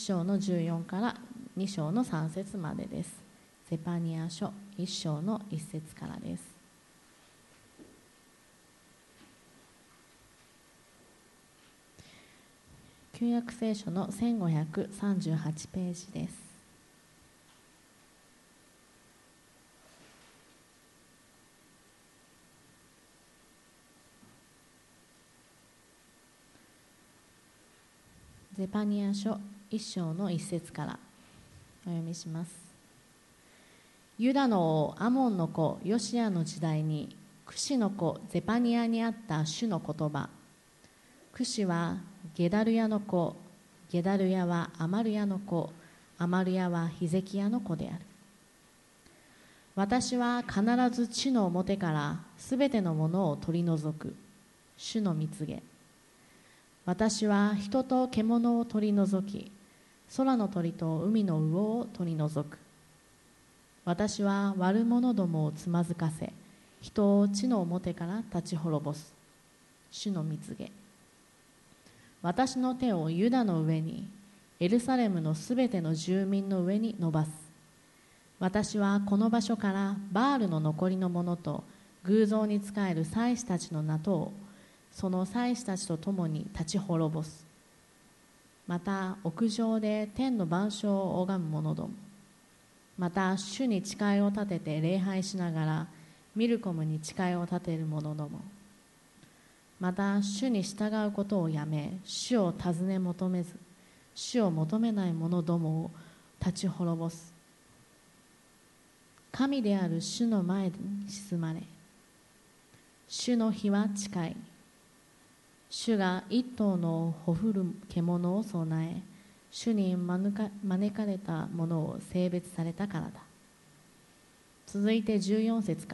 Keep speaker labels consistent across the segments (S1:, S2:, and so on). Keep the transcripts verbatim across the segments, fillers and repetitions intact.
S1: 章のじゅうよんからに章のさん節までです。ゼパニヤ書いっ章のいち節からです。旧約聖書のせんごひゃくさんじゅうはちページです。ゼパニヤ書いっ章のいち節からお読みします。ユダの王アモンの子ヨシアの時代にクシの子ゼパニヤにあった主の言葉。クシはゲダルヤの子、ゲダルヤはアマルヤの子、アマルヤはヒゼキヤの子である。私は必ず地の表からすべてのものを取り除く。主の蜜げ。私は人と獣を取り除き、空の鳥と海の魚を取り除く。私は悪者どもをつまずかせ、人を地の表から立ち滅ぼす。主の蜜げ。私の手をユダの上に、エルサレムのすべての住民の上に伸ばす。私はこの場所からバールの残りのものと偶像に仕える祭司たちの名とをその祭司たちと共に立ち滅ぼす。また屋上で天の万象を拝む者ども、また主に誓いを立てて礼拝しながらミルコムに誓いを立てる者ども、また主に従うことをやめ主を尋ね求めず主を求めない者どもを立ち滅ぼす。神である主の前に静まれ、主の日は近い。主が一頭のほふる獣を備え、主に招か、招かれた者を性別されたからだ。続いてじゅうよん節から。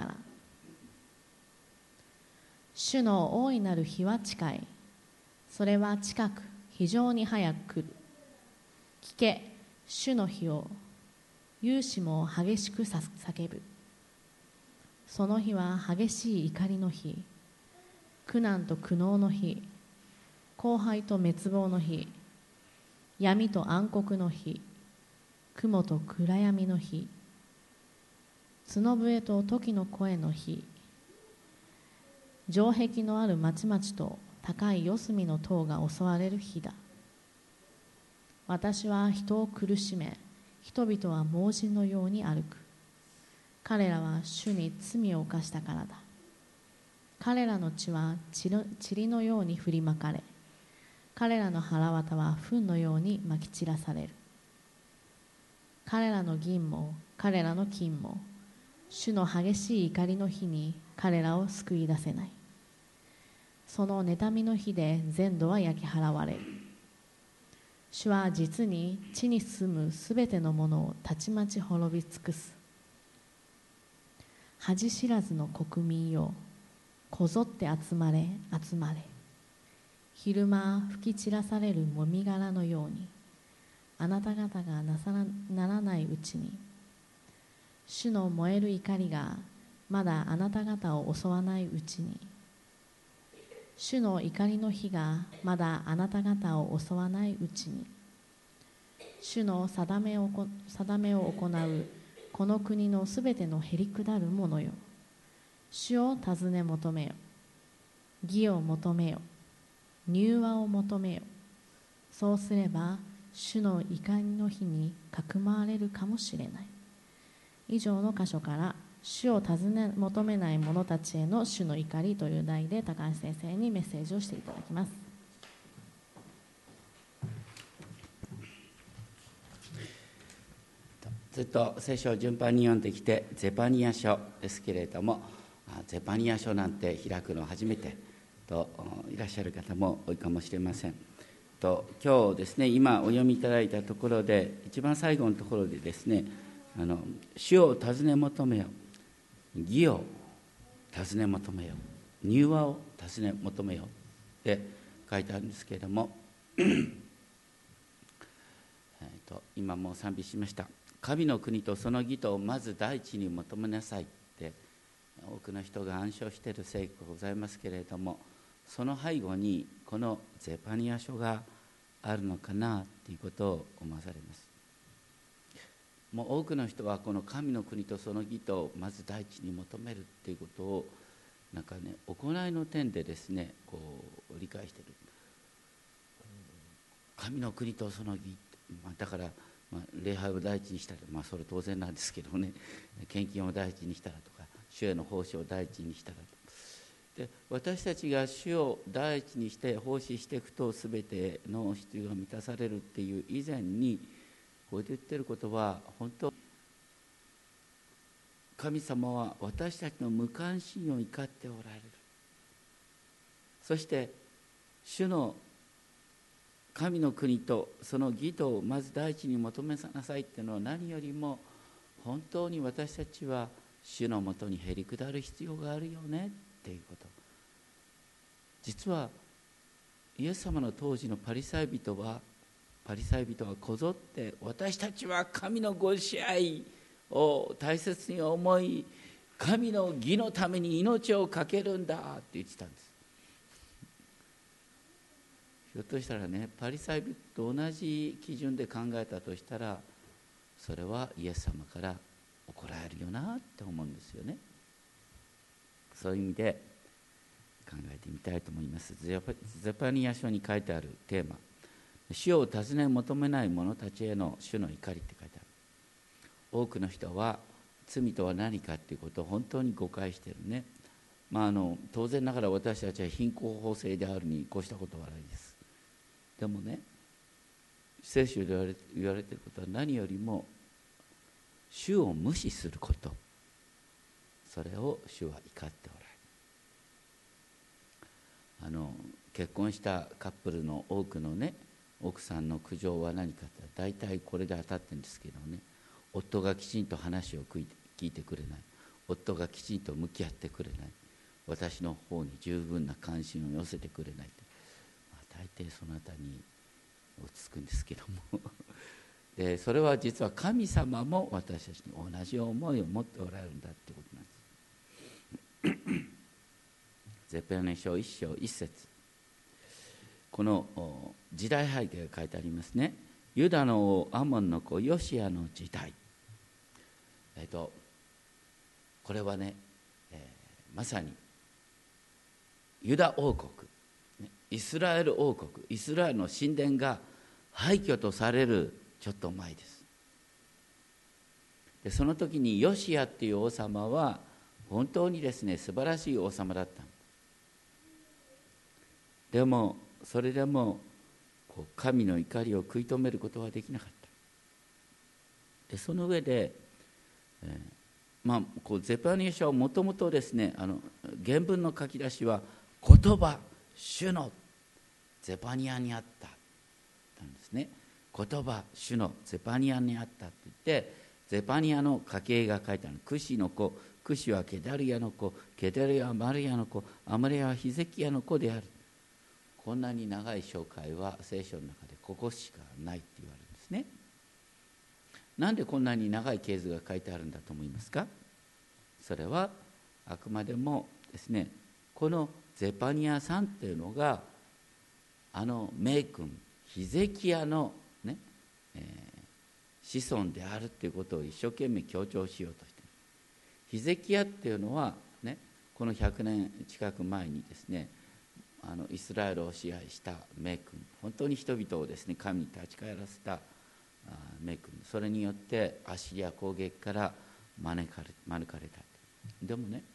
S1: 主の大いなる日は近い。それは近く、非常に早く来る。聞け、主の日を。勇士も激しく叫ぶ。その日は激しい怒りの日、苦難と苦悩の日、荒廃と滅亡の日、闇と暗黒の日、雲と暗闇の日、角笛と時の声の日、城壁のある町々と高い四隅の塔が襲われる日だ。私は人を苦しめ、人々は盲人のように歩く。彼らは主に罪を犯したからだ。彼らの血は塵のように振りまかれ、彼らの腹渡は糞のようにまき散らされる。彼らの銀も彼らの金も主の激しい怒りの日に彼らを救い出せない。その妬みの日で全土は焼き払われる。主は実に地に住むすべてのものをたちまち滅び尽くす。恥知らずの国民よ、こぞって集まれ集まれ。昼間吹き散らされるもみ殻のように、あなた方がなさならないうちに、主の燃える怒りがまだあなた方を襲わないうちに、主の怒りの日がまだあなた方を襲わないうちに、主の定めを定めを行うこの国のすべてのへりくだる者よ、主を尋ね求めよ。義を求めよ。柔和を求めよ。そうすれば主の怒りの日にかくまわれるかもしれない。以上の箇所から主を尋ね求めない者たちへの主の怒りという題で高橋先生にメッセージをしていただきます。
S2: ずっと聖書を順番に読んできてゼパニヤ書ですけれども、ゼパニヤ書なんて開くの初めてといらっしゃる方も多いかもしれません。と今日ですね、今お読みいただいたところで一番最後のところでですね、あの主を尋ね求めよ、義を尋ね求めよ、柔和を尋ね求めよって書いてあるんですけれどもえと今もう賛美しました。神の国とその義とをまず第一に求めなさいって多くの人が暗唱している聖句がございますけれども、その背後にこのゼパニヤ書があるのかなということを思わされます。もう多くの人はこの神の国とその義とをまず第一に求めるっていうことをなんかね、行いの点でですねこう理解している。神の国とその義、まあ、だから、まあ、礼拝を第一にしたら、まあ、それ当然なんですけどね、献金を第一にしたらとか、主への奉仕を第一にしたらと。で、私たちが主を第一にして奉仕していくと全ての必要が満たされるっていう以前に、こうやって言ってることは本当、神様は私たちの無関心を怒っておられる。そして主の神の国とその義とをまず第一に求めなさいっていうのは、何よりも本当に私たちは主のもとにへり下る必要があるよねっていうこと。実はイエス様の当時のパリサイ人はパリサイ人はこぞって、私たちは神のご支配を大切に思い、神の義のために命を懸けるんだって言ってたんです。ひょっとしたらね、パリサイ人と同じ基準で考えたとしたら、それはイエス様から怒られるよなって思うんですよね。そういう意味で考えてみたいと思います。ゼパニヤ書に書いてあるテーマ、主を尋ね求めない者たちへの主の怒りって書いてある。多くの人は罪とは何かっていうことを本当に誤解しているね。まあ、あの当然ながら私たちは貧困法制であるに越したことはないです。でもね、聖書で言われ、言われていることは何よりも主を無視すること、それを主は怒っておられる。あの結婚したカップルの多くのね、奥さんの苦情は何かって大体これで当たってるんですけどね、夫がきちんと話を聞いてくれない、夫がきちんと向き合ってくれない、私の方に十分な関心を寄せてくれないって、まあ、大抵そのあたりに落ち着くんですけどもで、それは実は神様も私たちに同じ思いを持っておられるんだってことなんですゼペネ書一章一節、この時代背景が書いてありますね。ユダの王アモンの子ヨシアの時代、えっとこれはね、えー、まさにユダ王国、イスラエル王国、イスラエルの神殿が廃墟とされるちょっと前です。でその時にヨシアっていう王様は本当にですね素晴らしい王様だった。でもそれでもこう神の怒りを食い止めることはできなかった。でその上で、えーまあ、こうゼパニヤ書はもともとですね、あの原文の書き出しは言葉主のゼパニヤにあったなんですね。言葉主のゼパニヤにあったって言って、ゼパニヤの家系が書いてある。クシの子、クシはケダルヤの子、ケダルヤはマルヤの子、アマレヤはヒゼキヤの子である。こんなに長い紹介は聖書の中でここしかないって言われるんですね。なんでこんなに長い系図が書いてあるんだと思いますか？それはあくまでもですね、このゼパニヤさんっていうのがあの名君ヒゼキヤの、ねえー、子孫であるっていうことを一生懸命強調しようとしている。ヒゼキヤっていうのは、ね、このひゃくねん近く前にですね、あのイスラエルを支配した名君、本当に人々をですね神に立ち返らせた名君、それによってアッシリア攻撃から招かれ、免れた。でもね、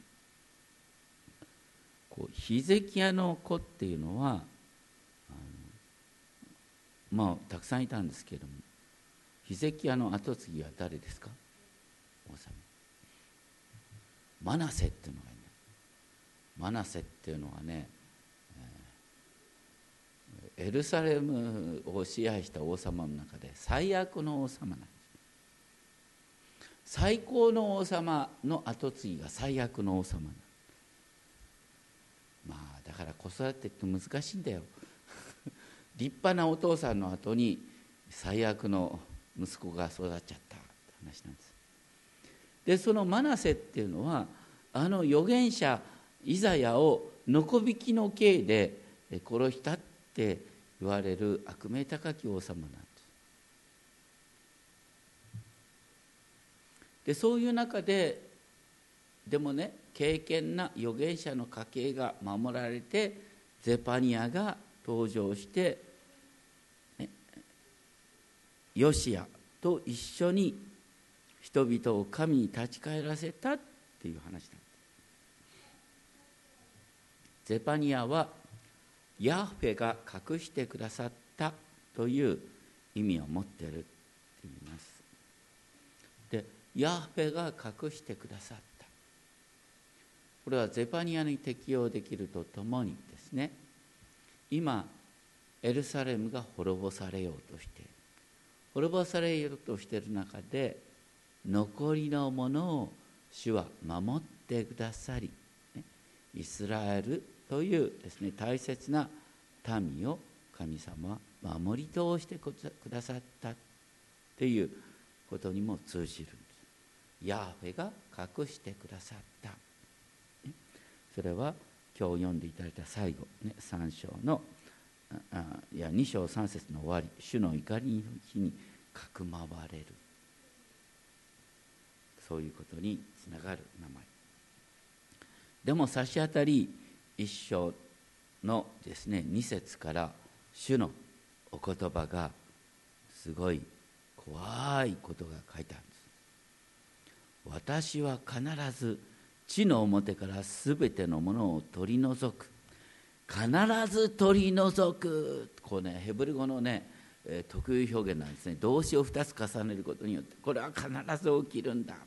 S2: こうヒゼキヤの子っていうのはあのまあたくさんいたんですけれども、ヒゼキヤの後継ぎは誰ですか？王様マナセっていうのがいる。マナセっていうのはね、エルサレムを支配した王様の中で最悪の王様なんです。最高の王様の後継ぎが最悪の王様なんです。まあだから子育てって難しいんだよ立派なお父さんの後に最悪の息子が育っちゃったって話なんです。でそのマナセっていうのはあの預言者イザヤをノコビキの刑で殺したって言われる悪名高き王様なんです。でそういう中ででもね、敬虔な預言者の家系が守られて、ゼパニヤが登場して、ね、ヨシアと一緒に人々を神に立ち返らせたっていう話なんです。ゼパニヤはヤフェが隠してくださったという意味を持っていると言います。で、ヤフェが隠してくださった。これはゼパニヤに適用できるとともにですね、今エルサレムが滅ぼされようとしている滅ぼされようとしている中で、残りのものを主は守ってくださり、ね、イスラエルというですね、大切な民を神様は守り通してくださったということにも通じるんです。ヤーフェが隠してくださった。それは今日読んでいただいた最後、ね、さん章のあいやに章さん節の終わり、主の怒りの日にかくまわれる、そういうことにつながる名前でも、差し当たり一章のですねに節から主のお言葉がすごい怖いことが書いてあるんです。私は必ず地の表からすべてのものを取り除く。必ず取り除く。こうね、ヘブル語のね、えー、特有表現なんですね。動詞をふたつ重ねることによって、これは必ず起きるんだ。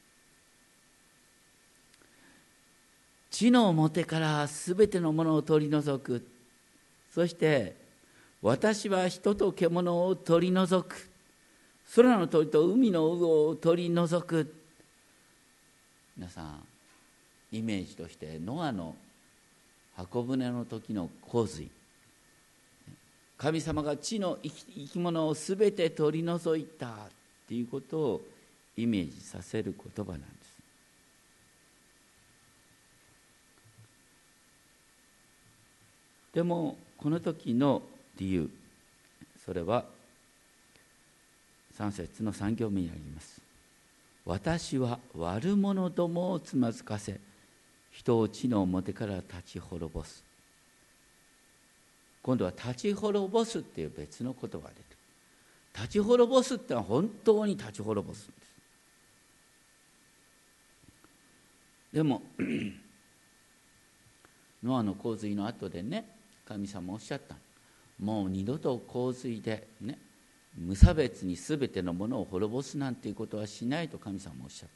S2: 地の表からすべてのものを取り除く。そして私は人と獣を取り除く。空の鳥と海の魚を取り除く。皆さん、イメージとしてノアの箱舟の時の洪水、神様が地の生き物をすべて取り除いたっていうことをイメージさせる言葉なんです。でもこの時の理由、それはさん節のさん行目にあります。私は悪者どもをつまずかせ、人を地の表から立ち滅ぼす。今度は立ち滅ぼすっていう別の言葉が出てる。立ち滅ぼすってのは本当に立ち滅ぼすんです。でもノアの洪水の後でね、神様おっしゃった。もう二度と洪水でね、無差別に全てのものを滅ぼすなんていうことはしないと神様おっしゃった。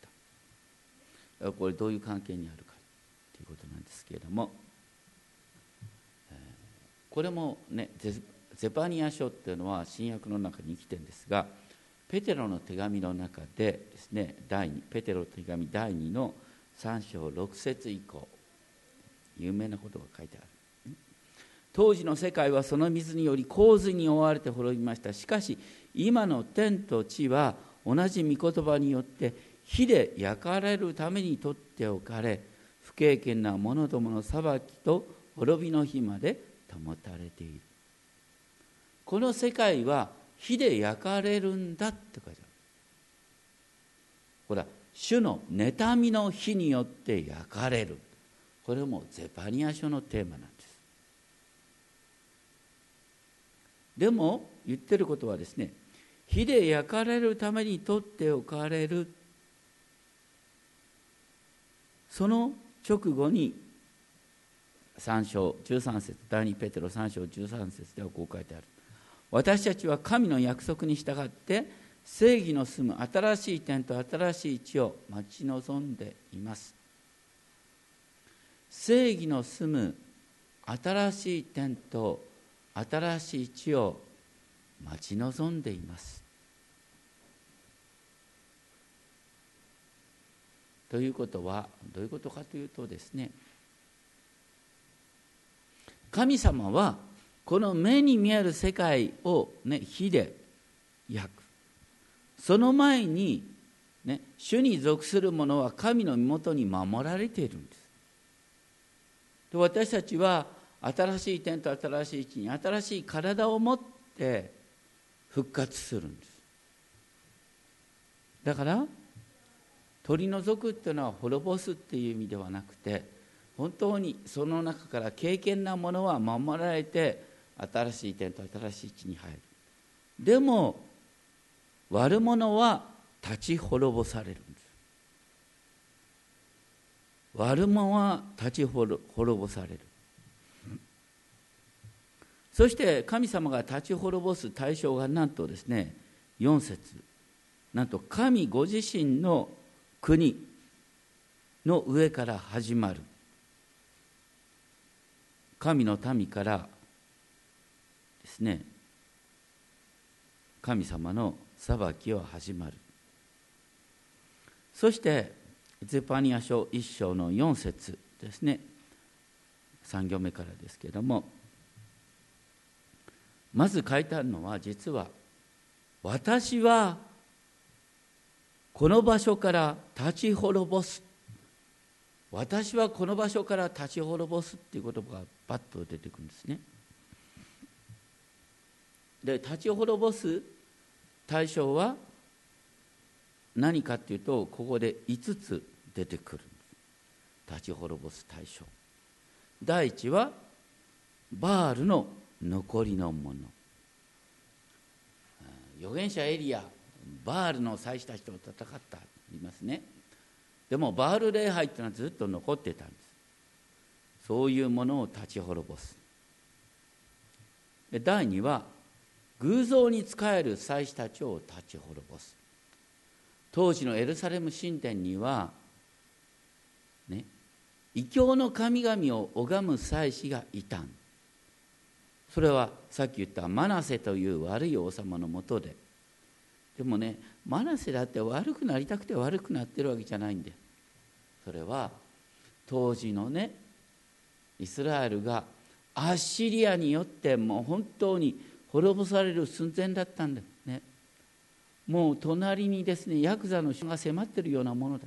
S2: これどういう関係にあるかということなんですけれども、これもね、ゼパニヤ書っていうのは新約の中に生きてるんですが、ペテロの手紙の中でですね、第二ペテロの手紙だいにのさん章ろく節以降、有名なことが書いてある。当時の世界はその水により洪水に覆われて滅びました。しかし今の天と地は同じ御言葉によって火で焼かれるために取っておかれ、不敬虔な者どもの裁きと滅びの日まで保たれている。この世界は火で焼かれるんだって書いてある。ほら、主の妬みの火によって焼かれる。これもゼパニヤ書のテーマなんです。でも言ってることはですね、火で焼かれるために取っておかれる。その直後にさん章じゅうさん節、第二ペテロさん章じゅうさん節ではこう書いてある。私たちは神の約束に従って正義の住む新しい天と新しい地を待ち望んでいます。正義の住む新しい天と新しい地を待ち望んでいます。ということはどういうことかというとですね、神様はこの目に見える世界を、ね、火で焼く。その前に、ね、主に属する者は神の身元に守られているんです。で、私たちは新しい天と新しい地に新しい体を持って復活するんです。だから取り除くっていうのは滅ぼすっていう意味ではなくて、本当にその中から敬虔なものは守られて新しい天と新しい地に入る。でも悪者は立ち滅ぼされるんです。悪者は立ち滅ぼされる。そして神様が立ち滅ぼす対象がなんとですね、よん節、なんと神ご自身の国の上から始まる。神の民からですね、神様の裁きは始まる。そしてゼパニヤ書いっ章のよん節ですね、さん行目からですけれども、まず書いてあるのは、実は私はこの場所から立ち滅ぼす、私はこの場所から立ち滅ぼすっていう言葉がパッと出てくるんですね。で、立ち滅ぼす対象は何かっていうと、ここでいつつ出てくるんです。立ち滅ぼす対象。第一はバールの残りのもの。預言者エリア、バールの祭司たちと戦ったと言いますね。でもバール礼拝っていうのはずっと残ってたんです。そういうものを立ち滅ぼす。で、第二は偶像に仕える祭司たちを立ち滅ぼす。当時のエルサレム神殿にはね、異教の神々を拝む祭司がいたん。それはさっき言ったマナセという悪い王様のもとで。でもね、マナセだって悪くなりたくて悪くなってるわけじゃないんで、それは当時のね、イスラエルがアッシリアによってもう本当に滅ぼされる寸前だったんだね。もう隣にですね、ヤクザの人が迫ってるようなものだ。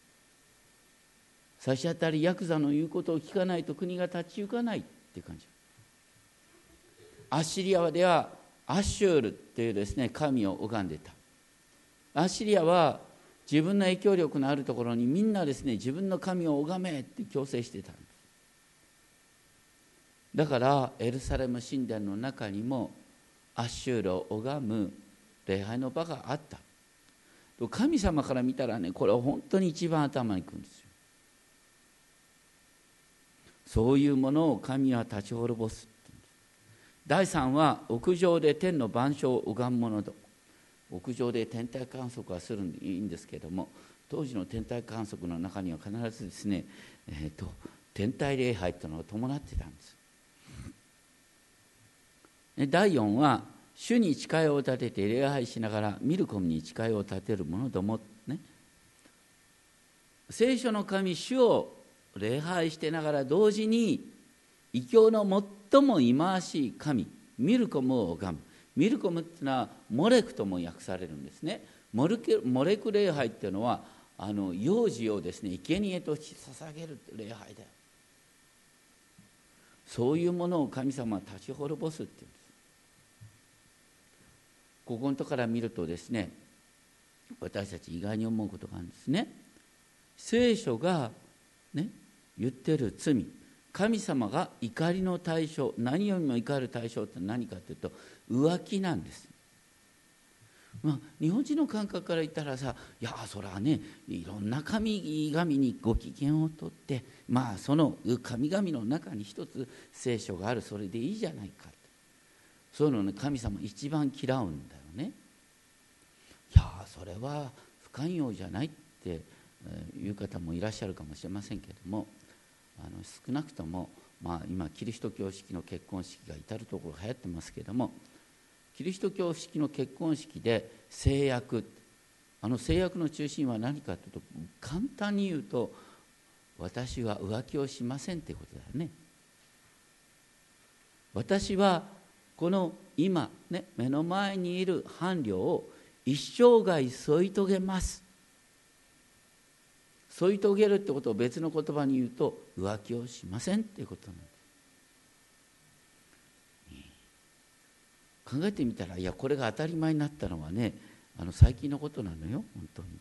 S2: 差し当たりヤクザの言うことを聞かないと国が立ち行かないっていう感じ。アッシリアではアッシュールっていうですね、神を拝んでた。アッシリアは自分の影響力のあるところにみんなですね、自分の神を拝めって強制してたんです。だからエルサレム神殿の中にもアッシュールを拝む礼拝の場があった。神様から見たらね、これは本当に一番頭にくるんですよ。そういうものを神は立ち滅ぼす。第三は屋上で天の万象を拝むものだ。屋上で天体観測はするんでいいんですけれども、当時の天体観測の中には必ずですね、えー、と天体礼拝というのが伴ってたんです。第四は主に誓いを立てて礼拝しながらミルコムに誓いを立てる者どもね。聖書の神主を礼拝してながら同時に異教の最も忌まわしい神ミルコムを拝む。ミルコムっていうのはモレクとも訳されるんですね。モレク、モレク礼拝っていうのはあの幼児をですね、生贄として捧げる礼拝だよ。そういうものを神様は立ち滅ぼすっていうんです。ここのところから見るとですね、私たち意外に思うことがあるんですね。聖書がね、言ってる罪、神様が怒りの対象、何よりも怒る対象って何かというと浮気なんです。まあ、日本人の感覚から言ったらさ、いやそれはね、いろんな神々にご機嫌をとって、まあその神々の中に一つ聖書がある、それでいいじゃないか。そういうのね、神様一番嫌うんだよね。いやそれは不寛容じゃないっていう方もいらっしゃるかもしれませんけれども、あの少なくとも、まあ、今キリスト教式の結婚式が至るところ流行ってますけれども、キリスト教式の結婚式で誓約、あの誓約の中心は何かというと、簡単に言うと私は浮気をしませんということだよね。私はこの今、ね、目の前にいる伴侶を一生涯添い遂げます。添い遂げるってことを別の言葉に言うと浮気をしませんっていうことなんです。 考えてみたら、いやこれが当たり前になったのはね、あの最近のことなのよ、本当に。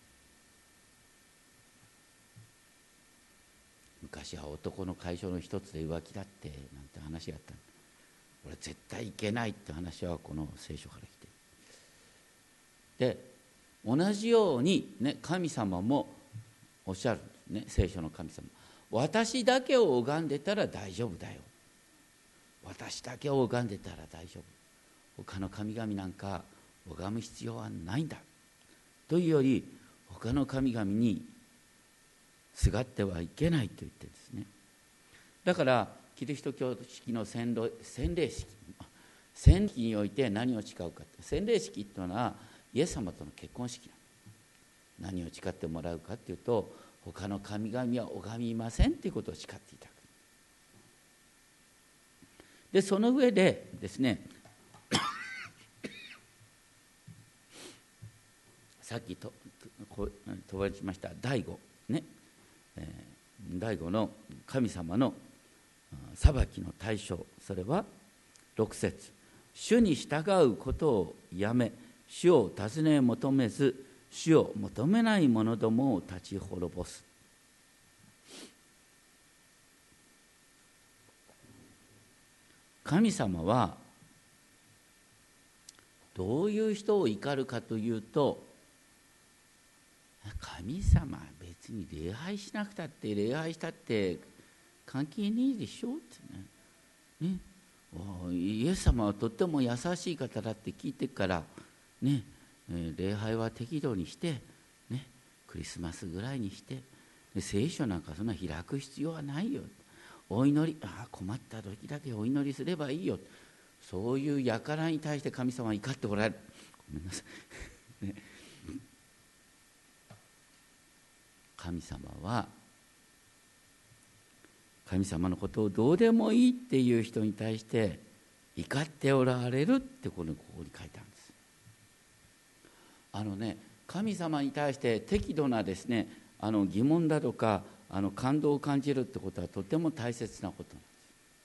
S2: 昔は男の解消の一つで浮気だってなんて話があった。これ絶対いけないって話はこの聖書から来てで、同じように、ね、神様もおっしゃるんですね。聖書の神様、私だけを拝んでたら大丈夫だよ、私だけを拝んでたら大丈夫、他の神々なんか拝む必要はないんだというより、他の神々にすがってはいけないと言ってるんですね。だからキリスト教式の洗礼式、洗礼式において何を誓うか、洗礼式というのはイエス様との結婚式なの。何を誓ってもらうかというと、他の神々は拝みませんということを誓っていただく。でその上でですねさっきと飛ばしました第五ね、えー、第五の神様の裁きの対象、それはろく節、主に従うことをやめ、主を尋ね求めず、主を求めない者どもを立ち滅ぼす。神様はどういう人を怒るかというと、神様別に礼拝しなくたって礼拝したって関係ねえでしょってね。ね、イエス様はとっても優しい方だって聞いてからね、礼拝は適度にして、ね、クリスマスぐらいにして、聖書なんかそんな開く必要はないよ。お祈り、ああ困った時だけお祈りすればいいよ。そういう輩に対して神様は怒っておられる。ごめんなさい、ね、神様は神様のことをどうでもいいっていう人に対して怒っておられるってここに書いてあるんです。あのね、神様に対して適度なですね、あの疑問だとかあの感動を感じるってことはとても大切なことなんです。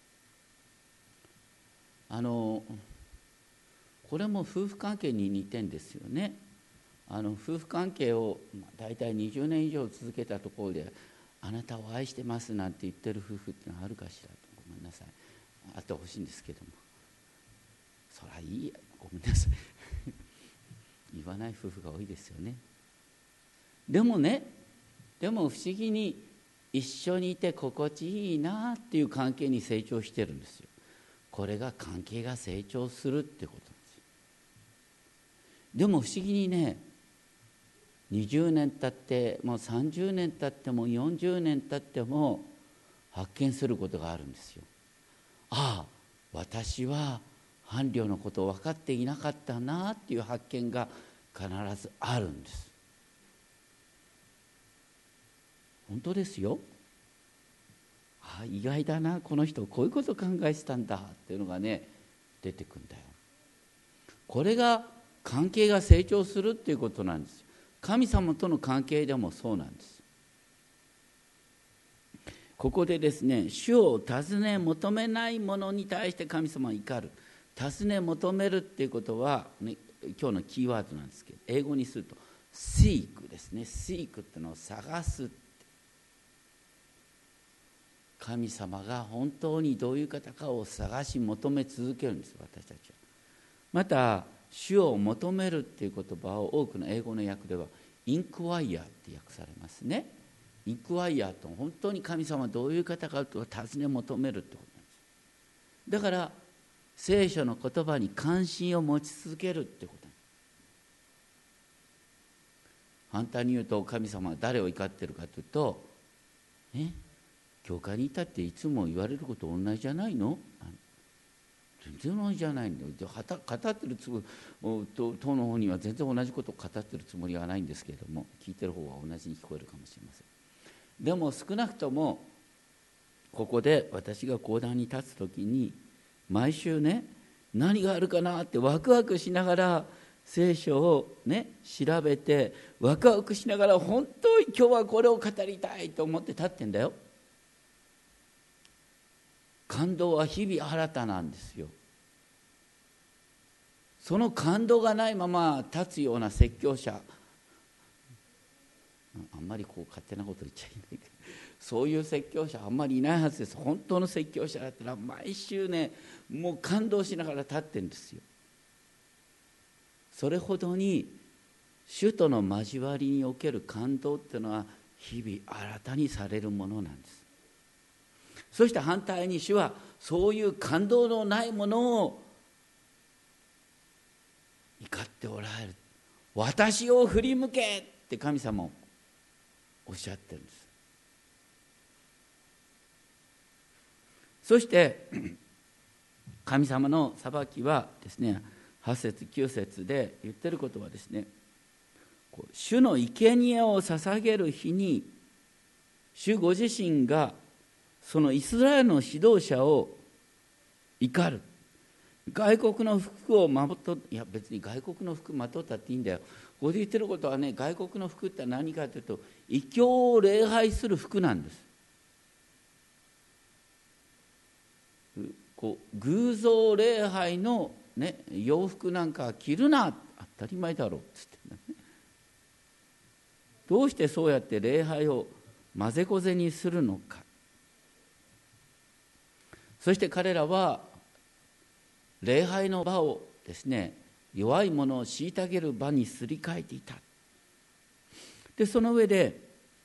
S2: あのこれも夫婦関係に似てんですよね。あの夫婦関係をだいたいにじゅうねん以上続けたところで、あなたを愛してますなんて言ってる夫婦ってのはあるかしらと。ごめんなさい、あってほしいんですけども、そりゃいいや、ごめんなさい言わない夫婦が多いですよね。でもね、でも不思議に一緒にいて心地いいなっていう関係に成長してるんですよ。これが関係が成長するってことなんですよ。でも不思議にね、にじゅうねん経ってもうさんじゅうねん経ってもよんじゅうねん経っても発見することがあるんですよ。ああ、私は伴侶のことを分かっていなかったなっていう発見が必ずあるんです。本当ですよ。ああ、意外だな、この人こういうことを考えてたんだっていうのがね出てくるんだよ。これが関係が成長するっていうことなんですよ。神様との関係でもそうなんです。ここでですね、主を尋ね求めないものに対して神様は怒る。尋ね求めるっていうことは、ね、今日のキーワードなんですけど、英語にすると seek ですね。 seek ってのを探す。神様が本当にどういう方かを探し求め続けるんです、私たちは。また主を求めるっていう言葉を多くの英語の訳ではインクワイアって訳されますね。インクワイアと本当に神様はどういう方かと尋ね求めるってことなんです。だから聖書の言葉に関心を持ち続けるってことなんです。反対に言うと、神様は誰を怒ってるかというと、ね、教会にいたっていつも言われること同じじゃないの？全然同じじゃないんだよ。語ってるつもり、当の方には全然同じことを語ってるつもりはないんですけれども、聞いてる方は同じに聞こえるかもしれません。でも少なくともここで私が講談に立つときに毎週ね、何があるかなってワクワクしながら聖書をね調べて、ワクワクしながら本当に今日はこれを語りたいと思って立ってんだよ。感動は日々新たなんですよ。 その感動がないまま立つような説教者、あんまりこう勝手なこと言っちゃいないけど、そういう説教者あんまりいないはずです。本当の説教者だったら毎週ね、もう感動しながら立ってるんですよ。それほどに主との交わりにおける感動っていうのは日々新たにされるものなんです。そして反対に主はそういう感動のないものを怒っておられる。私を振り向けって神様をおっしゃってるんです。そして神様の裁きはですね、はち節きゅう節で言ってることはですね、主の生贄を捧げる日に主ご自身がそのイスラエルの指導者を怒る。外国の服をまとっいや別に外国の服まとったっていいんだよ。ここで言ってることはね、外国の服って何かというと異教を礼拝する服なんです。こう偶像礼拝の、ね、洋服なんか着るな、当たり前だろうっつってね。どうしてそうやって礼拝をまぜこぜにするのか。そして彼らは礼拝の場をですね、弱い者を虐げる場にすり替えていた。でその上で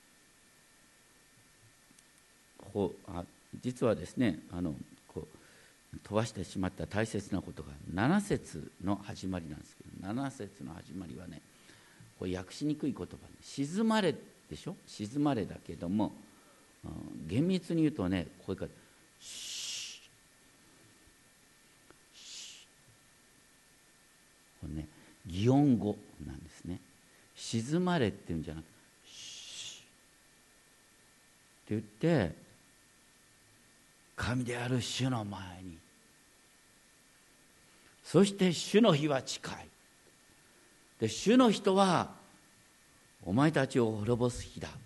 S2: こうあ実はですね、あのこう飛ばしてしまった大切なことがなな節の始まりなんですけど、なな節の始まりはね、これ訳しにくい言葉ね、静まれでしょ、静まれだけども、厳密に言うとね、こういう感じ、シーシー、これね、擬音語なんですね。静まれっていうんじゃなくて、シーって言って、神である主の前に、そして主の日は近い。で主の人はお前たちを滅ぼす日だ。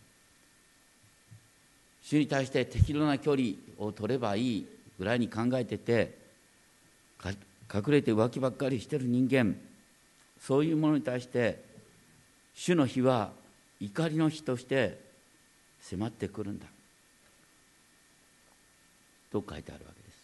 S2: 主に対して適度な距離を取ればいいぐらいに考えてて、隠れて浮気ばっかりしてる人間、そういうものに対して主の日は怒りの日として迫ってくるんだと書いてあるわけです。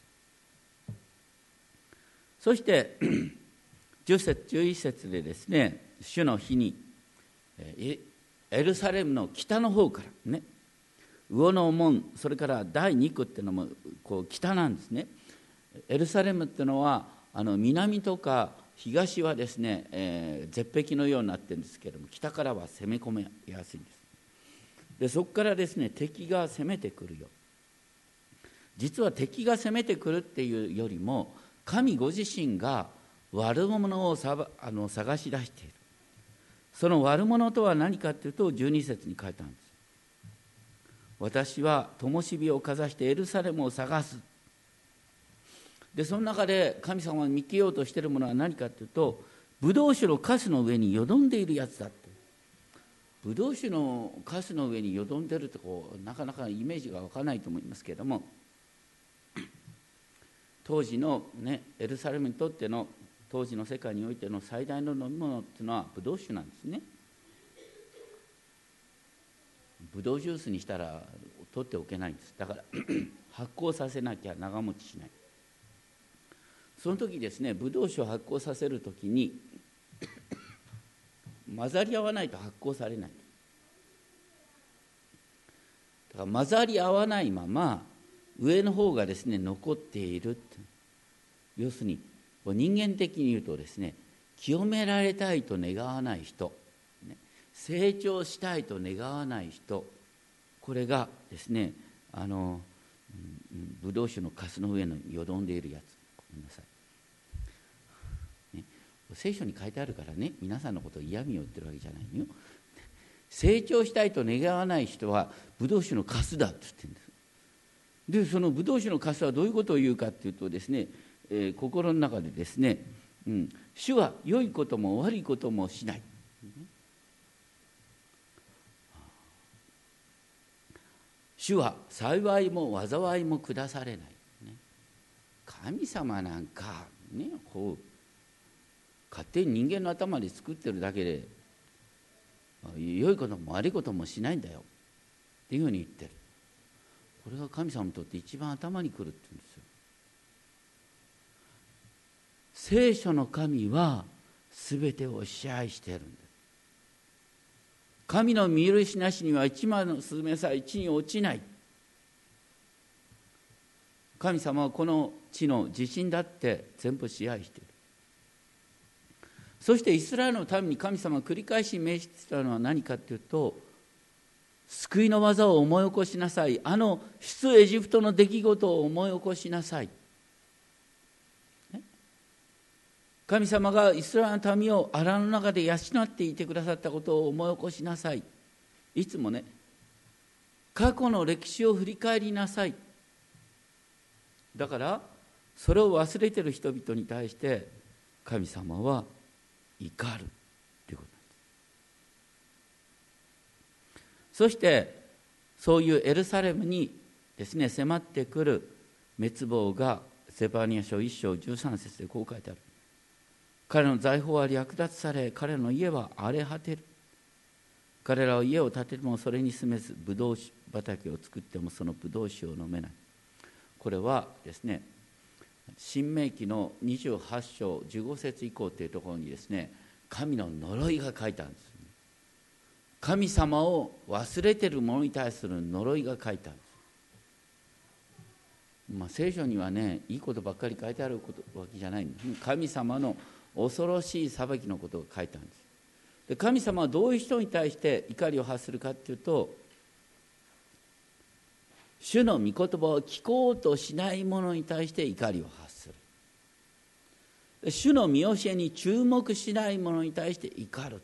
S2: そしてじゅっ節じゅういち節でですね、主の日にエルサレムの北の方からね、魚の門、それから第二区っていうのもこう北なんですね。エルサレムっていうのはあの南とか東はですね、えー、絶壁のようになってるんですけれども、北からは攻め込めやすいんです。でそこからですね、敵が攻めてくるよ。実は敵が攻めてくるっていうよりも、神ご自身が悪者をさばあの探し出している。その悪者とは何かというとじゅうに節に書いたんです。私は灯火をかざしてエルサレムを探す。でその中で神様が見つけようとしているものは何かというと、ブドウ酒のカスの上によどんでいるやつだって。ブドウ酒のカスの上によどんでるってこうなかなかイメージが湧かないと思いますけれども、当時の、ね、エルサレムにとっての当時の世界においての最大の飲み物っていうのはブドウ酒なんですね。ブドウジュースにしたら取っておけないんです。だから発酵させなきゃ長持ちしない。その時ですね、ブドウ酒を発酵させる時に混ざり合わないと発酵されない。だから混ざり合わないまま上の方がですね残っているって。要するに人間的に言うとですね、清められたいと願わない人、成長したいと願わない人、これがですね、あのブドウ酒のカスの上によどんでいるやつ。ごめんなさい、ね、聖書に書いてあるからね、皆さんのことを嫌味を言ってるわけじゃないのよ。成長したいと願わない人はブドウ酒のカスだって言ってるんです。でそのブドウ酒のカスはどういうことを言うかっていうとですね、えー、心の中でですね、うん、主は良いことも悪いこともしない、主は幸いも災いも下されない、ね、神様なんか、ね、こう勝手に人間の頭で作ってるだけで良いことも悪いこともしないんだよっていうふうに言ってる。これが神様にとって一番頭にくるって言うんですよ。聖書の神は全てを支配しているんです。神の見許しなしには一枚のスズメさえ地に落ちない。神様はこの地の地震だって全部支配している。そしてイスラエルのために神様が繰り返し命じていたのは何かというと、救いの技を思い起こしなさい。あの出エジプトの出来事を思い起こしなさい。神様がイスラエルの民を荒野の中で養っていてくださったことを思い起こしなさい。いつもね、過去の歴史を振り返りなさい。だからそれを忘れている人々に対して神様は怒るということなんです。そしてそういうエルサレムにですね迫ってくる滅亡がゼパニヤ書いっ章じゅうさん節でこう書いてある。彼の財宝は略奪され、彼の家は荒れ果てる。彼らは家を建ててもそれに住めず、ブドウ畑を作ってもそのブドウ酒を飲めない。これはですね、申命記のにじゅうはち章じゅうご節以降というところにですね、神の呪いが書いてあるんです。神様を忘れている者に対する呪いが書いてあるんです。まあ、聖書にはね、いいことばっかり書いてあるわけじゃないんです。神様の恐ろしい裁きのことが書いてあるんです。で、神様はどういう人に対して怒りを発するかというと、主の御言葉を聞こうとしない者に対して怒りを発する。で、主の見教えに注目しない者に対して怒るって、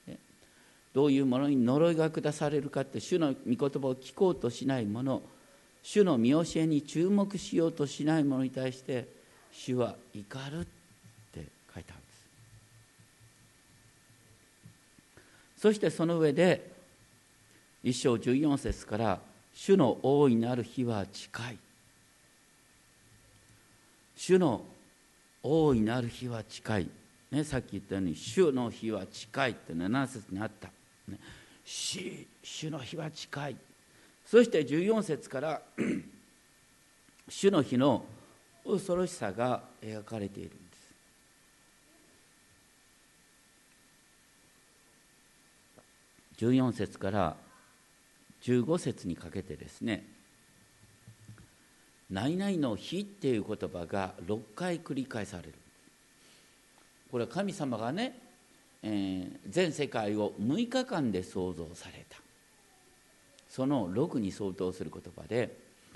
S2: ね、どういう者に呪いが下されるかって、主の御言葉を聞こうとしない者、主の見教えに注目しようとしない者に対して主は怒るって書いてあるんです。そしてその上でいっ章じゅうよん節から主の大いなる日は近い。主の大いなる日は近い、ね、さっき言ったように主の日は近いってなな節にあった、ね、主, 主の日は近い。そしてじゅうよん節から主の日の恐ろしさが描かれているんです。じゅうよん節からじゅうご節にかけてですね、何々の日っていう言葉がろっかい繰り返される。これは神様がね、えー、全世界をむいかかんで創造された、そのろくに相当する言葉で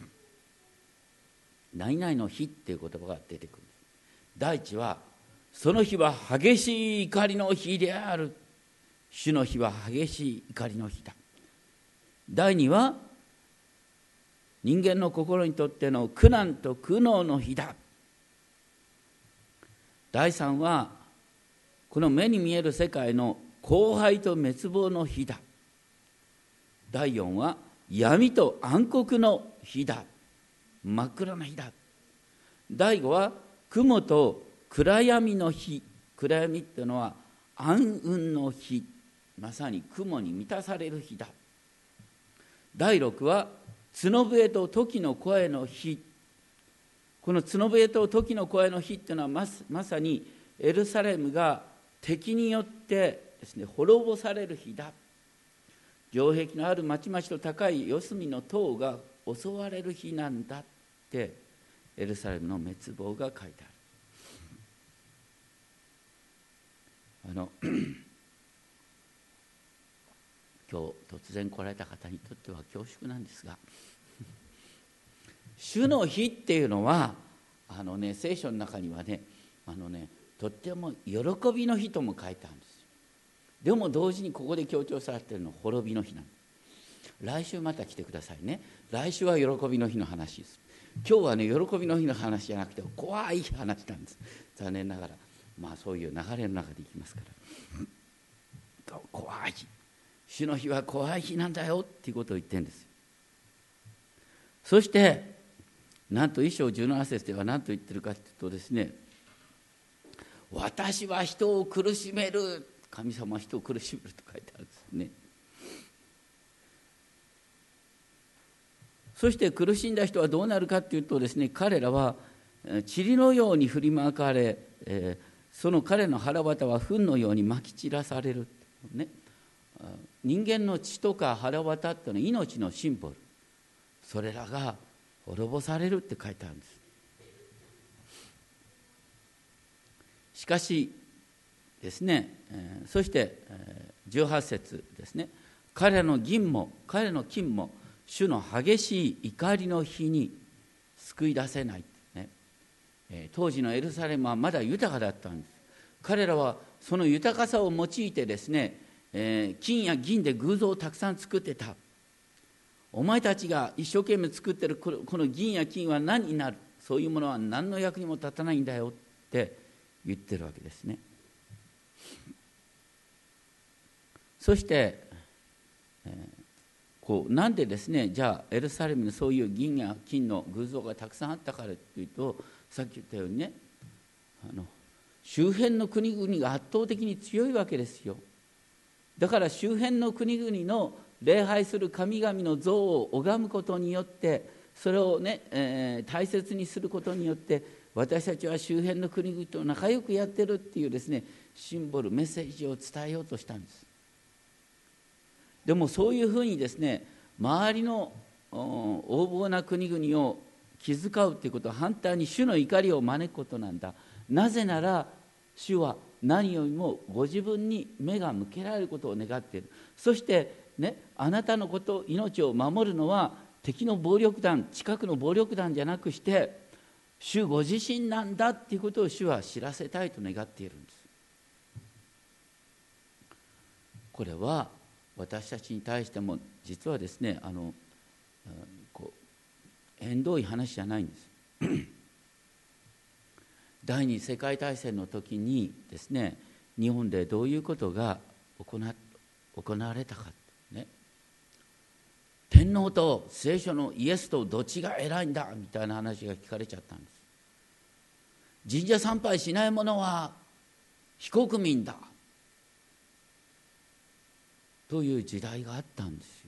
S2: 何々の日っていう言葉が出てくる。第一はその日は激しい怒りの日である。主の日は激しい怒りの日だ。第二は人間の心にとっての苦難と苦悩の日だ。第三はこの目に見える世界の荒廃と滅亡の日だ。第四は闇と暗黒の日だ。真っ暗な日だ。第五は雲と暗闇の日。暗闇っていうのは暗雲の日、まさに雲に満たされる日だ。第六は角笛と時の声の日。この角笛と時の声の日っていうのは ま, まさにエルサレムが敵によってですね滅ぼされる日だ。城壁のある町々と高い四隅の塔が襲われる日なんだってエルサレムの滅亡が書いてある。あの今日突然来られた方にとっては恐縮なんですが、主の日っていうのはあの、ね、聖書の中にはね、あのねとっても喜びの日とも書いてあるんですよ。でも同時にここで強調されているのは滅びの日なんです。来週また来てくださいね。来週は喜びの日の話です。今日はね喜びの日の話じゃなくて怖い話なんです。残念ながらまあそういう流れの中でいきますから怖い日、主の日は怖い日なんだよっていうことを言ってるんですよ。そしてなんといっ章じゅうなな節では何と言ってるかというとですね、 私は人を苦しめる、神様は人を苦しめると書いてあるんですね。そして苦しんだ人はどうなるかというとですね、彼らは塵のように振りまかれ、えー、その彼の腹渡は糞のようにまき散らされる、ね、人間の血とか腹渡っていうのは命のシンボル、それらが滅ぼされるって書いてあるんです。しかしですね、えー、そして、えー、じゅうはち節ですね、彼の銀も彼の金も主の激しい怒りの日に救い出せない、ねえー、当時のエルサレムはまだ豊かだったんです。彼らはその豊かさを用いてですね、えー、金や銀で偶像をたくさん作ってた。お前たちが一生懸命作ってるこの銀や金は何になる、そういうものは何の役にも立たないんだよって言ってるわけですね。そして、えー、こうなんでですね、じゃあエルサレムにそういう銀や金の偶像がたくさんあったからというと、さっき言ったようにね、あの周辺の国々が圧倒的に強いわけですよ。だから周辺の国々の礼拝する神々の像を拝むことによって、それをね、えー、大切にすることによって、私たちは周辺の国々と仲良くやってるっていうですね、シンボル、メッセージを伝えようとしたんです。でもそういうふうにですね、周りの横暴な国々を気遣うということは反対に主の怒りを招くことなんだ。なぜなら主は何よりもご自分に目が向けられることを願っている。そしてね、あなたのこと、命を守るのは敵の暴力団、近くの暴力団じゃなくして主ご自身なんだっていうことを主は知らせたいと願っているんです。これは私たちに対しても実はですね、あのこう縁遠い話じゃないんです第二次世界大戦の時にですね、日本でどういうことが行な行われたか、ね、天皇と聖書のイエスとどっちが偉いんだみたいな話が聞かれちゃったんです。神社参拝しない者は非国民だという時代があったんですよ。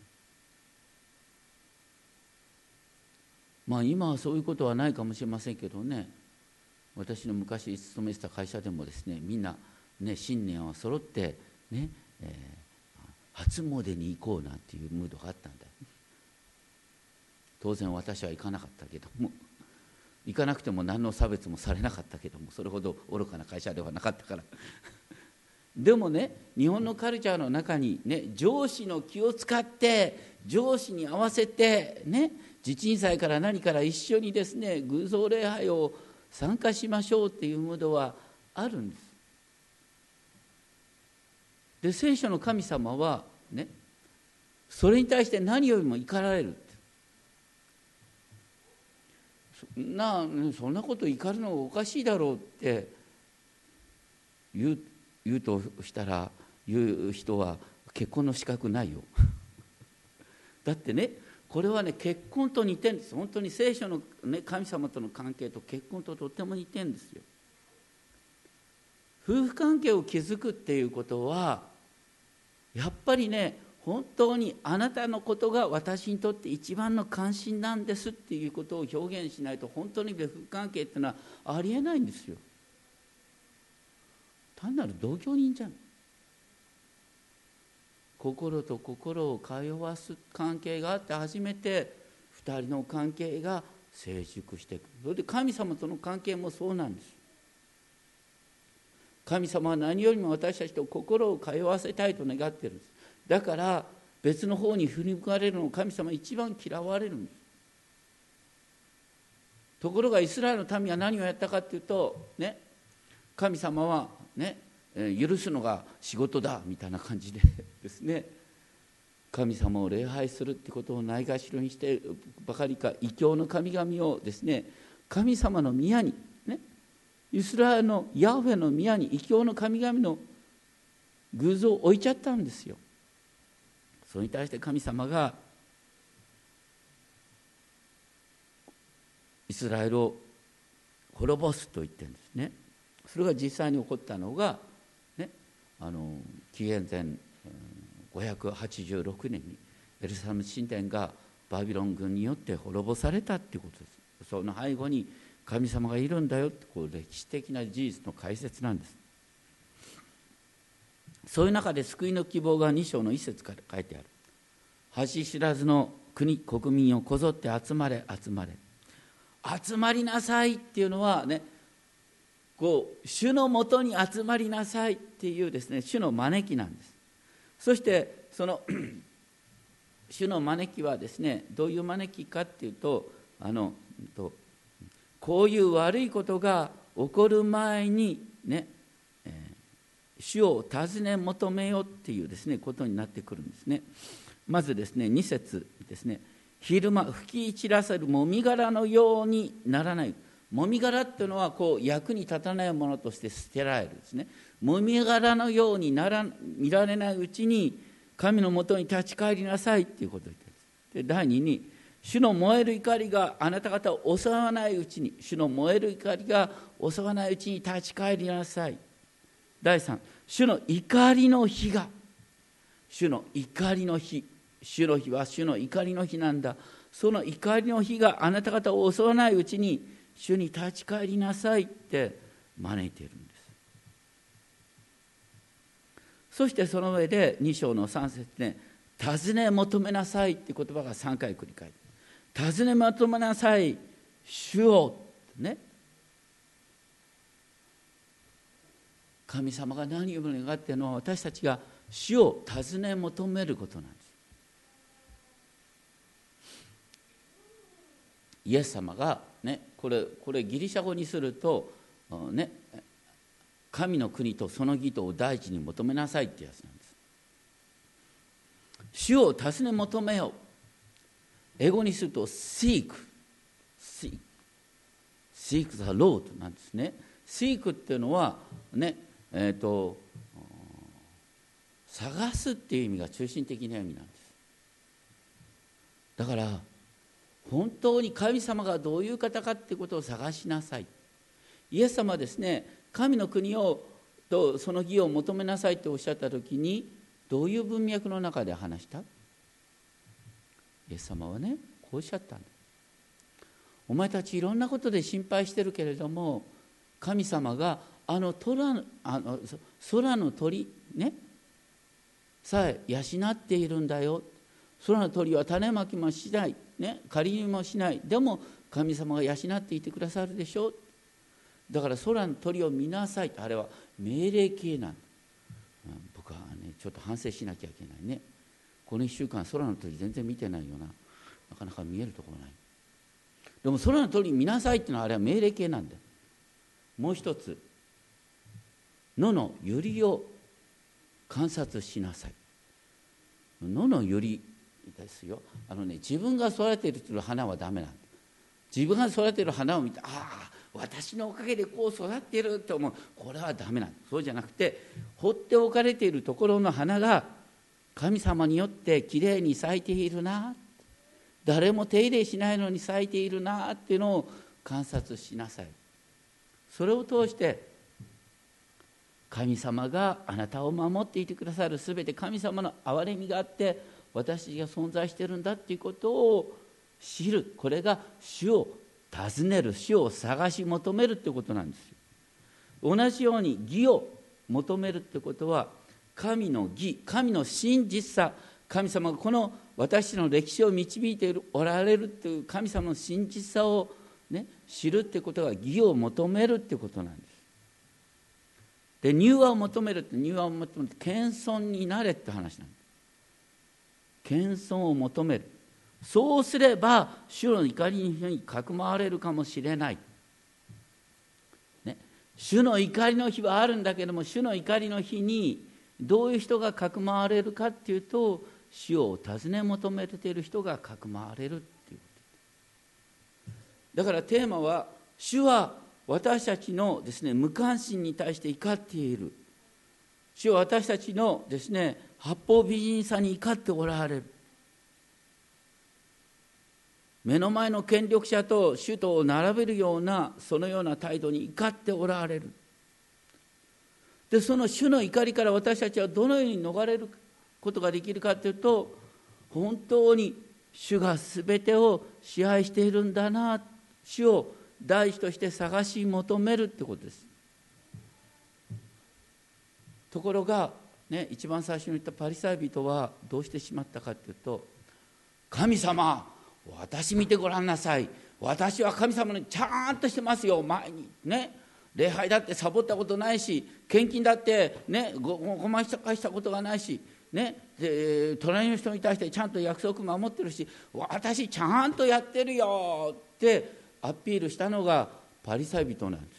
S2: まあ今はそういうことはないかもしれませんけどね、私の昔勤めてた会社でもですね、みんなね、新年は揃ってね、えー、初詣に行こうなんていうムードがあったんだよ。当然私は行かなかったけども、行かなくても何の差別もされなかったけども、それほど愚かな会社ではなかったからでもね、日本のカルチャーの中にね、上司の気を使って上司に合わせてね、地鎮祭から何から一緒にですね、偶像礼拝を参加しましょうっていうムードはあるんです。で、聖書の神様はね、それに対して何よりも怒られるって。なそんなこと怒るのがおかしいだろうって言う言うとしたら、言う人は結婚の資格ないよだってね、これはね、結婚と似てるんです。本当に聖書の、ね、神様との関係と結婚ととっても似てるんですよ。夫婦関係を築くっていうことはやっぱりね、本当にあなたのことが私にとって一番の関心なんですっていうことを表現しないと、本当に夫婦関係っていうのはありえないんですよ。単なる同居人じゃん。心と心を通わす関係があって初めて二人の関係が成熟していく。それで神様との関係もそうなんです。神様は何よりも私たちと心を通わせたいと願っているんです。だから別の方に振り向かれるのを神様は一番嫌われるんです。ところがイスラエルの民は何をやったかというと、ね、神様はね、許すのが仕事だみたいな感じでですね、神様を礼拝するってことをないがしろにしてばかりか、異教の神々をですね、神様の宮にね、イスラエルのヤフェの宮に異教の神々の偶像を置いちゃったんですよ。それに対して神様がイスラエルを滅ぼすと言ってるんですね。 それが実際に起こったのが、ね、あの紀元前ごひゃくはちじゅうろくねんにエルサレム神殿がバビロン軍によって滅ぼされたということです。その背後に神様がいるんだよってこう歴史的な事実の解説なんです。そういう中で救いの希望がに章の一節から書いてある。恥知らずの国国民をこぞって集まれ集まれ集まりなさいっていうのはね、こう主のもとに集まりなさいっていうですね、主の招きなんです。そしてその主の招きはですね、どういう招きかっていうと、あのこういう悪いことが起こる前にね、えー、主を尋ね求めようっていうですねことになってくるんですね。まずですね、に節ですね、昼間吹き散らせるもみ殻のようにならない。もみ殻っていうのはこう役に立たないものとして捨てられるんですね。もみ殻のようになら見られないうちに神のもとに立ち返りなさいっていうことを言っています。で、第二に、主の燃える怒りがあなた方を襲わないうちに、主の燃える怒りが襲わないうちに立ち返りなさい。第三、主の怒りの日が、主の怒りの日、主の日は主の怒りの日なんだ。その怒りの日があなた方を襲わないうちに主に立ち返りなさいって招いているんです。そしてその上でに章のさん節で、尋ね求めなさいって言葉がさんかい繰り返す。尋ね求めなさい主をね、神様が何を願っているのは、私たちが主を尋ね求めることなんです。イエス様がね、これこれギリシャ語にするとね、神の国とその義とを第一に求めなさいってやつなんです。主を尋ね求めよう。英語にすると seek seek seek the Lord なんですね。seek っていうのはね、えーと探すっていう意味が中心的な意味なんです。だから本当に神様がどういう方かっていうことを探しなさい。イエス様はですね、神の国をとその義を求めなさいとおっしゃったときに、どういう文脈の中で話した？イエス様はね、こうおっしゃったんだ。お前たちいろんなことで心配してるけれども、神様があの空あの空の鳥ねさえ養っているんだよ。空の鳥は種まきもしない、ね、借り入れもしない。でも神様が養っていてくださるでしょう。だから空の鳥を見なさいと、あれは命令形なんだ。僕はねちょっと反省しなきゃいけないね。このいっしゅうかん空の鳥全然見てないよな。なかなか見えるところない。でも空の鳥見なさいっていうのはあれは命令形なんだよ。もう一つ、野の百合を観察しなさい。野の百合ですよ。あのね、自分が育てている花はダメなんだ。自分が育てている花を見て、ああ私のおかげでこう育っていると思う。これはダメなんだ。そうじゃなくて、放っておかれているところの花が神様によってきれいに咲いているな、誰も手入れしないのに咲いているなっていうのを観察しなさい。それを通して神様があなたを守っていてくださる、すべて神様の憐れみがあって私が存在しているんだっていうことを知る。これが主を尋ねる、主を探し求めるってことなんですよ。同じように義を求めるってことは、神の義、神の真実さ、神様がこの私の歴史を導いておられるという神様の真実さを、ね、知るってことが義を求めるってことなんです。で、柔和を求めるって、柔和を求めるって謙遜になれって話なんです。謙遜を求める。そうすれば主の怒りにかくまわれるかもしれない、ね、主の怒りの日はあるんだけども、主の怒りの日にどういう人がかくまわれるかっていうと、主を尋ね求めている人がかくまわれるっていうこと。だからテーマは、主は私たちのですね無関心に対して怒っている。主は私たちのですね八方美人さに怒っておられる。目の前の権力者と主とを並べるようなそのような態度に怒っておられる。 でその主の怒りから私たちはどのように逃れることができるかというと、本当に主がすべてを支配しているんだな、主を第一として探し求めるってことです。ところが、ね、一番最初に言ったパリサイ人はどうしてしまったかというと、神様、私見てごらんなさい、私は神様にちゃんとしてますよ、前にね、礼拝だってサボったことないし、献金だってね、ごごまかしたことがないし、ね、で隣の人に対してちゃんと約束守ってるし、私ちゃんとやってるよってアピールしたのがパリサイ人なんです。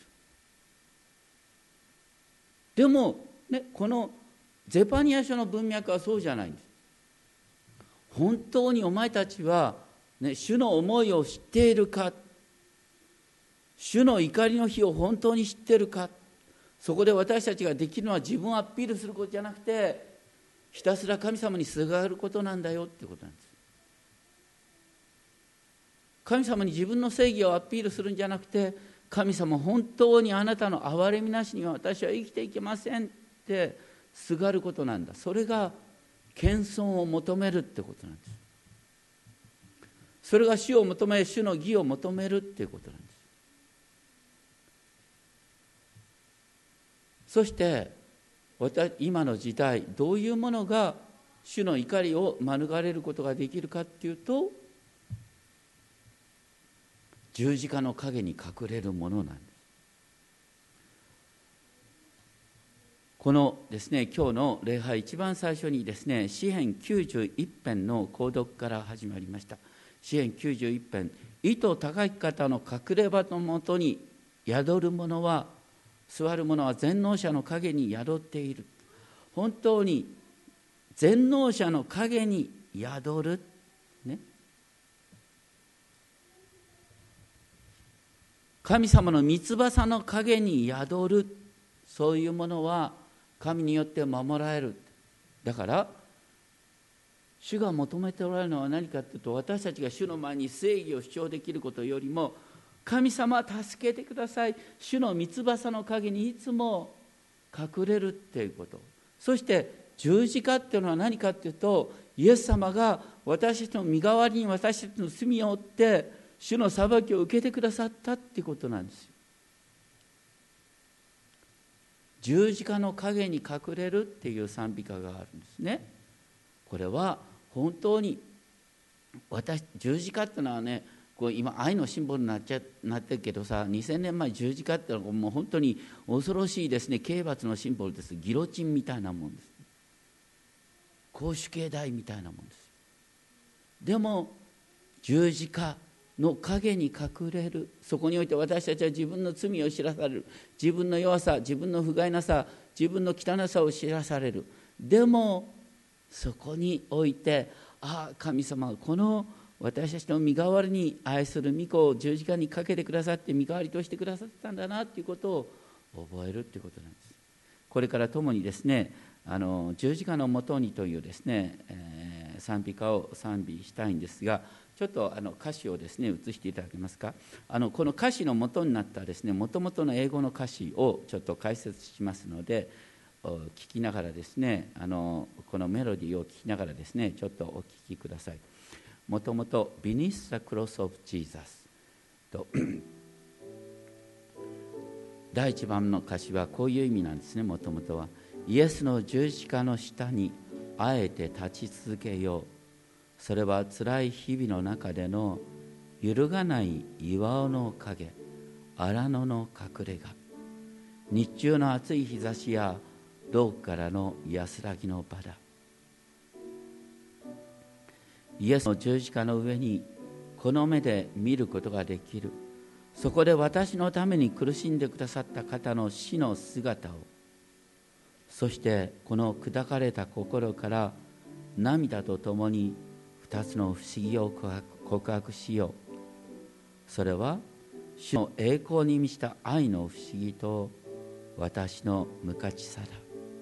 S2: でも、ね、このゼパニア書の文脈はそうじゃないんです。本当にお前たちは、ね、主の思いを知っているか、主の怒りの日を本当に知っているか。そこで私たちができるのは自分をアピールすることじゃなくて、ひたすら神様にすがることなんだよってことなんです。神様に自分の正義をアピールするんじゃなくて、神様、本当にあなたの憐れみなしには私は生きていけませんってすがることなんだ。それが謙遜を求めるってことなんです。それが主を求め、主の義を求めるっていうことなんです。そして今の時代、どういうものが主の怒りを免れることができるかっていうと、十字架の陰に隠れるものなんです。このですね、今日の礼拝一番最初にですね、詩編きゅうじゅういち編の購読から始まりました。詩編きゅうじゅういち編、意図高き方の隠れ場のもとに宿る者は、座る者は全能者の陰に宿っている。本当に全能者の陰に宿る、ね、神様の御翼の陰に宿る、そういうものは神によって守られる。だから主が求めておられるのは何かというと、私たちが主の前に正義を主張できることよりも、神様助けてください、主の御翼の陰にいつも隠れるっていうこと。そして十字架っていうのは何かっていうと、イエス様が私たちの身代わりに私たちの罪を負って主の裁きを受けてくださったっていうことなんですよ。十字架の陰に隠れるっていう賛美歌があるんですね。これは本当に私、十字架っていうのはね、こう今愛のシンボルになっちゃなってるけどさ、にせんねんまえ十字架ってのはもう本当に恐ろしいですね、刑罰のシンボルです。ギロチンみたいなもんです。公主刑台みたいなもんです。でも十字架の陰に隠れる、そこにおいて私たちは自分の罪を知らされる、自分の弱さ、自分の不甲斐なさ、自分の汚さを知らされる。でもそこにおいて、ああ神様はこの私たちの身代わりに愛する御子を十字架にかけてくださって身代わりとしてくださったんだなということを覚えるということなんです。これからともにですね、あの十字架のもとにというですね、えー、賛美歌を賛美したいんですが、ちょっとあの歌詞をですね移していただけますか。あのこの歌詞のもとになったですね、もともとの英語の歌詞をちょっと解説しますので、聞きながらですね、あのこのメロディーを聞きながらですね、ちょっとお聞きください。もともと Beneath the Cross of Jesus と第一番の歌詞はこういう意味なんですね。もともとはイエスの十字架の下にあえて立ち続けよう。それは辛い日々の中での揺るがない岩尾の影、荒野の隠れ家、日中の暑い日差しや牢からの安らぎの場だ。イエスの十字架の上にこの目で見ることができる。そこで私のために苦しんでくださった方の死の姿を、そしてこの砕かれた心から涙とともに二つの不思議を告白、告白しよう。それは主の栄光に満ちた愛の不思議と私の無価値さだ。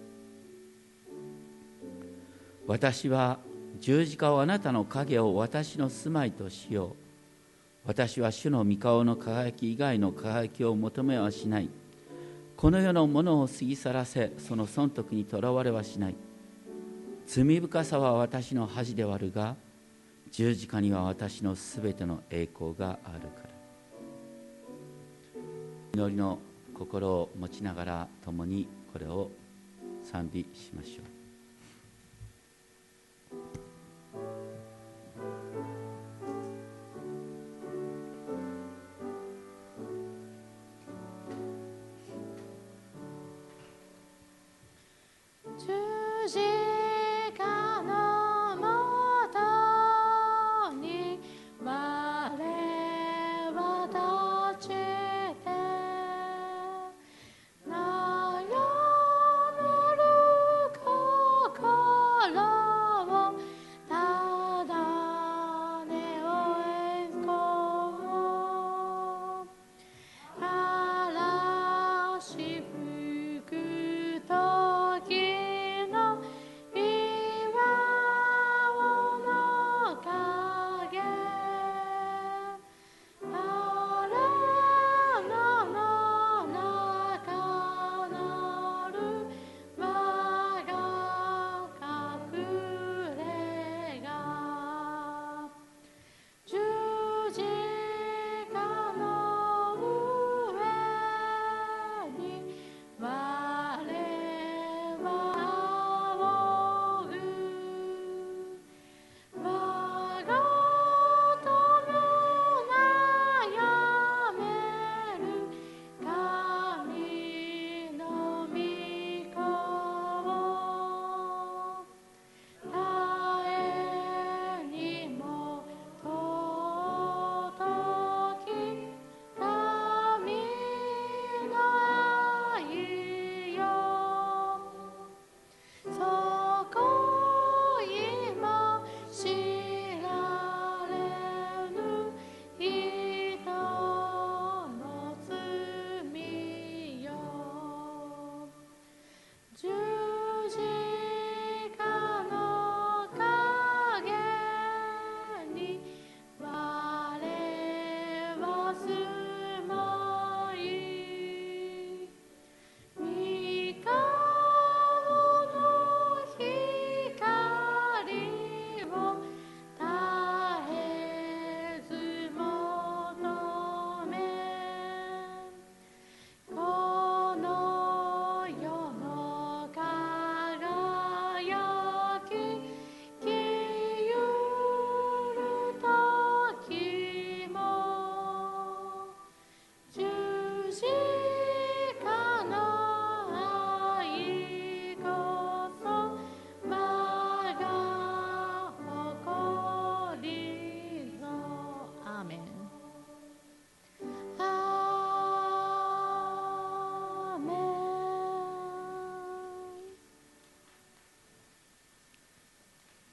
S2: 私は十字架をあなたの影を私の住まいとしよう。私は主の御顔の輝き以外の輝きを求めはしない。 この世のものを過ぎ去らせ、その損得にとらわれはしない。罪深さは私の恥ではあるが、十字架には私のすべての栄光があるから。祈りの心を持ちながら共にこれを賛美しましょう。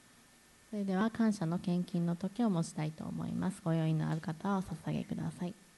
S1: それでは感謝の献金の時を持ちたいと思います。ご用意のある方はお捧げください。